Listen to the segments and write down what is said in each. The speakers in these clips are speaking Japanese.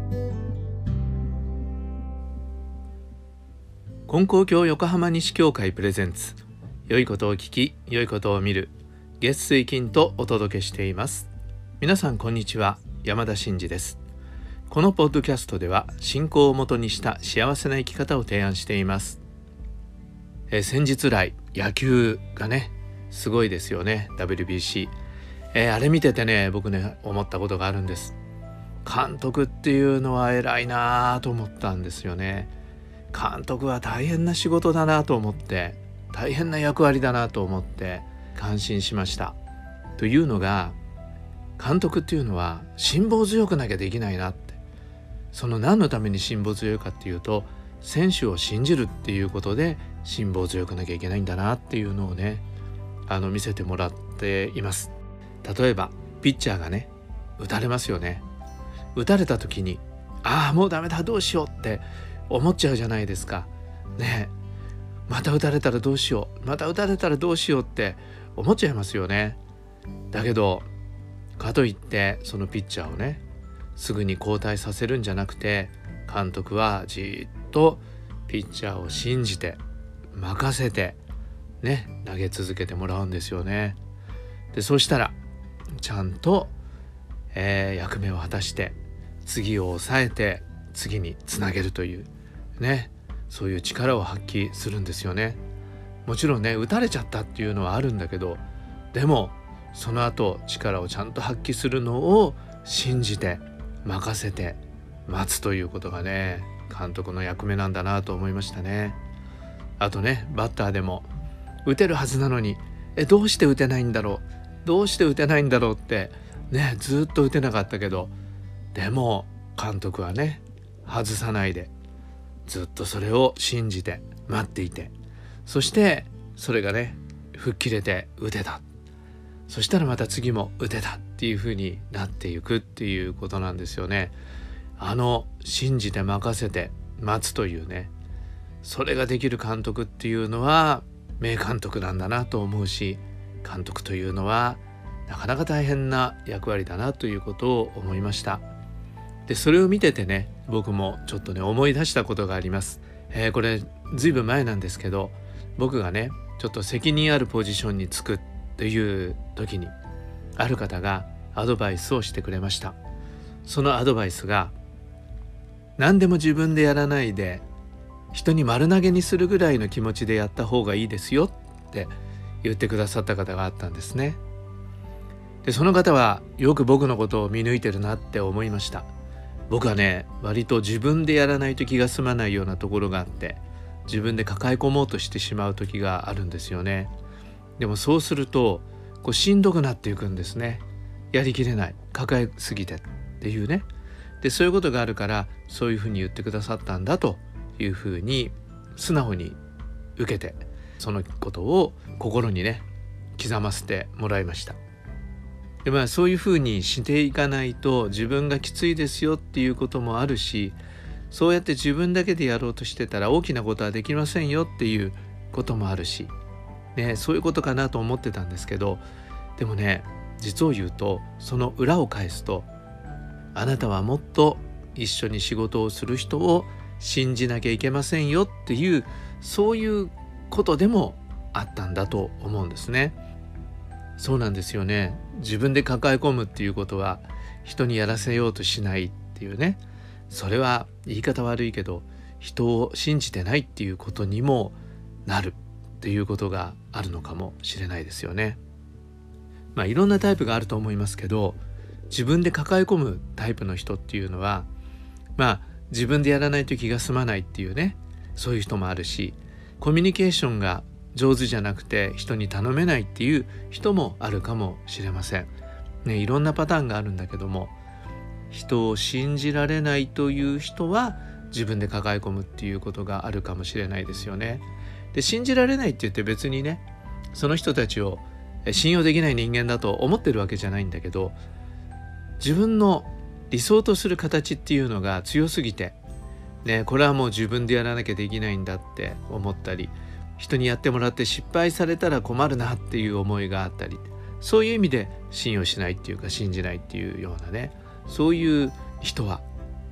金光教横浜西教会プレゼンツ、良いことを聞き良いことを見る、月水金とお届けしています。皆さんこんにちは、山田真嗣です。このポッドキャストでは信仰をもとにした幸せな生き方を提案しています。先日来野球がねすごいですよね。 WBC、あれ見ててね僕ね思ったことがあるんです。監督っていうのは偉いなと思ったんですよね。監督は大変な仕事だなと思って、大変な役割だなと思って感心しました。というのが、監督っていうのは辛抱強くなきゃできないなって。その何のために辛抱強いかっていうと、選手を信じるっていうことで辛抱強くなきゃいけないんだなっていうのをね見せてもらっています。例えばピッチャーがね打たれますよね。打たれた時にもうダメだどうしようって思っちゃうじゃないですかね。また打たれたらどうしよう、また打たれたらどうしようって思っちゃいますよね。だけどかといってそのピッチャーをねすぐに交代させるんじゃなくて、監督はじっとピッチャーを信じて任せてね投げ続けてもらうんですよね。でそうしたらちゃんと、役目を果たして次を抑えて次につなげるというね、そういう力を発揮するんですよね。もちろんね打たれちゃったっていうのはあるんだけど、でもその後力をちゃんと発揮するのを信じて任せて待つということがね監督の役目なんだなと思いましたね。あとねバッターでも打てるはずなのにどうして打てないんだろう、どうして打てないんだろうってねずっと打てなかったけど、でも監督はね外さないでずっとそれを信じて待っていて、そしてそれがね吹っ切れて打てた、そしたらまた次も打てたっていう風になっていくっていうことなんですよね。信じて任せて待つというね、それができる監督っていうのは名監督なんだなと思うし、監督というのはなかなか大変な役割だなということを思いました。でそれを見ててね僕もちょっとね思い出したことがあります。これずいぶん前なんですけど、僕がねちょっと責任あるポジションにつくっていう時にある方がアドバイスをしてくれました。そのアドバイスが、何でも自分でやらないで人に丸投げにするぐらいの気持ちでやった方がいいですよって言ってくださった方があったんですね。でその方はよく僕のことを見抜いてるなって思いました。僕はね割と自分でやらないと気が済まないようなところがあって、自分で抱え込もうとしてしまう時があるんですよね。でもそうするとしんどくなっていくんですね。やりきれない、抱えすぎてっていうね。でそういうことがあるからそういうふうに言ってくださったんだというふうに素直に受けて、そのことを心にね刻ませてもらいました。でそういうふうにしていかないと自分がきついですよっていうこともあるし、そうやって自分だけでやろうとしてたら大きなことはできませんよっていうこともあるし、ね、そういうことかなと思ってたんですけど、でもね実を言うとその裏を返すと、あなたはもっと一緒に仕事をする人を信じなきゃいけませんよっていう、そういうことでもあったんだと思うんですね。そうなんですよね。自分で抱え込むっていうことは人にやらせようとしないっていうね、それは言い方悪いけど人を信じてないっていうことにもなるっていうことがあるのかもしれないですよね。いろんなタイプがあると思いますけど、自分で抱え込むタイプの人っていうのは自分でやらないと気が済まないっていうね、そういう人もあるし、コミュニケーションが上手じゃなくて人に頼めないっていう人もあるかもしれませんね。いろんなパターンがあるんだけども、人を信じられないという人は自分で抱え込むっていうことがあるかもしれないですよね。で信じられないって言って別にねその人たちを信用できない人間だと思ってるわけじゃないんだけど、自分の理想とする形っていうのが強すぎてね、これはもう自分でやらなきゃできないんだって思ったり、人にやってもらって失敗されたら困るなっていう思いがあったり、そういう意味で信用しないっていうか信じないっていうようなね、そういう人は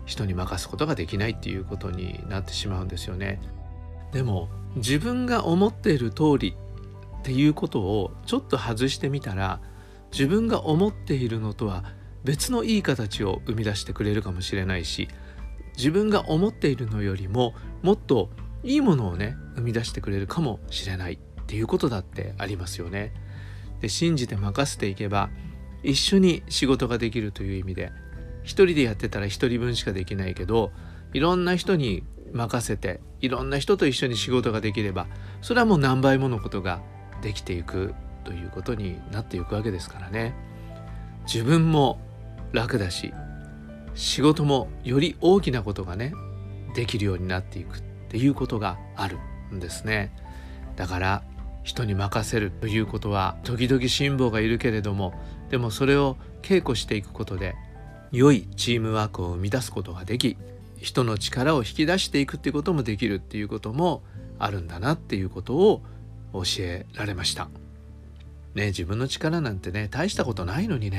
人に任すことができないっていうことになってしまうんですよね。でも自分が思っている通りっていうことをちょっと外してみたら、自分が思っているのとは別のいい形を生み出してくれるかもしれないし、自分が思っているのよりももっといいものをね生み出してくれるかもしれないっていうことだってありますよね。で、信じて任せていけば一緒に仕事ができるという意味で、一人でやってたら一人分しかできないけど、いろんな人に任せていろんな人と一緒に仕事ができれば、それはもう何倍ものことができていくということになっていくわけですからね。自分も楽だし、仕事もより大きなことがねできるようになっていくっていうことがあるんですね。だから人に任せるということは時々辛抱がいるけれども、でもそれを稽古していくことで良いチームワークを生み出すことができ、人の力を引き出していくっていうこともできるっていうこともあるんだなっていうことを教えられましたね。自分の力なんてね大したことないのに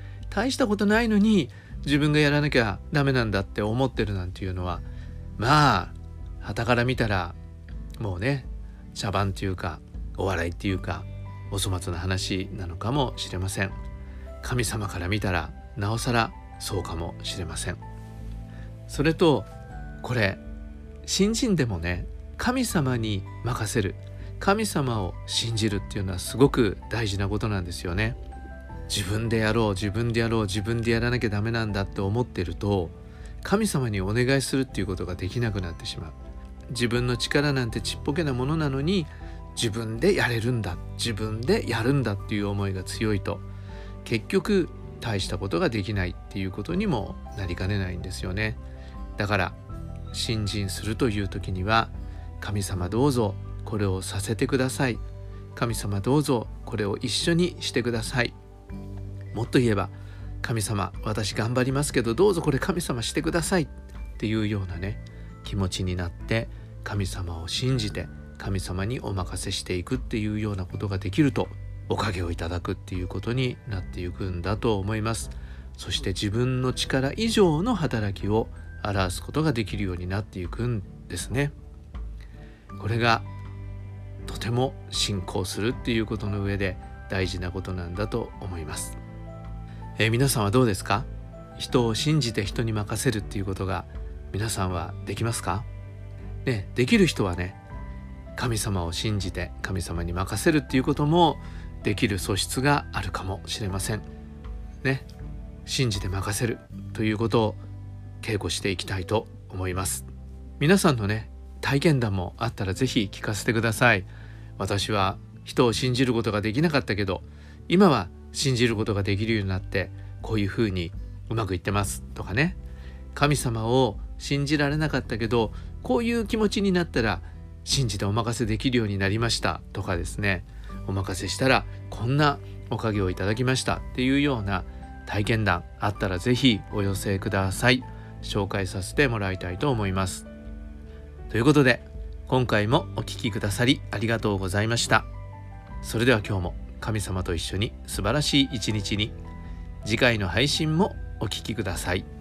自分がやらなきゃダメなんだって思ってるなんていうのは、まあ傍から見たらもうね茶番っていうかお笑いっていうかお粗末な話なのかもしれません。神様から見たらなおさらそうかもしれません。それとこれ新人でもね、神様に任せる、神様を信じるっていうのはすごく大事なことなんですよね。自分でやろう自分でやらなきゃダメなんだって思ってると、神様にお願いするっていうことができなくなってしまう。自分の力なんてちっぽけなものなのに、自分でやれるんだ、自分でやるんだっていう思いが強いと、結局大したことができないっていうことにもなりかねないんですよね。だから信心するという時には、神様どうぞこれをさせてください、神様どうぞこれを一緒にしてください、もっと言えば神様私頑張りますけどどうぞこれ神様してくださいっていうようなね気持ちになって、神様を信じて神様にお任せしていくっていうようなことができると、おかげをいただくっていうことになっていくんだと思います。そして自分の力以上の働きを表すことができるようになっていくんですね。これがとても信仰するっていうことの上で大事なことなんだと思います。皆さんはどうですか？人を信じて人に任せるっていうことが皆さんはできますか？ね、できる人はね、神様を信じて神様に任せるっていうこともできる素質があるかもしれませんね。信じて任せるということを稽古していきたいと思います。皆さんのね体験談もあったらぜひ聞かせてください。私は人を信じることができなかったけど、今は信じることができるようになってこういうふうにうまくいってますとかね、神様を信じられなかったけどこういう気持ちになったら信じてお任せできるようになりましたとかですね、お任せしたらこんなおかげをいただきましたっていうような体験談あったらぜひお寄せください。紹介させてもらいたいと思います。ということで今回もお聞きくださりありがとうございました。それでは今日も神様と一緒に素晴らしい一日に。次回の配信もお聞きください。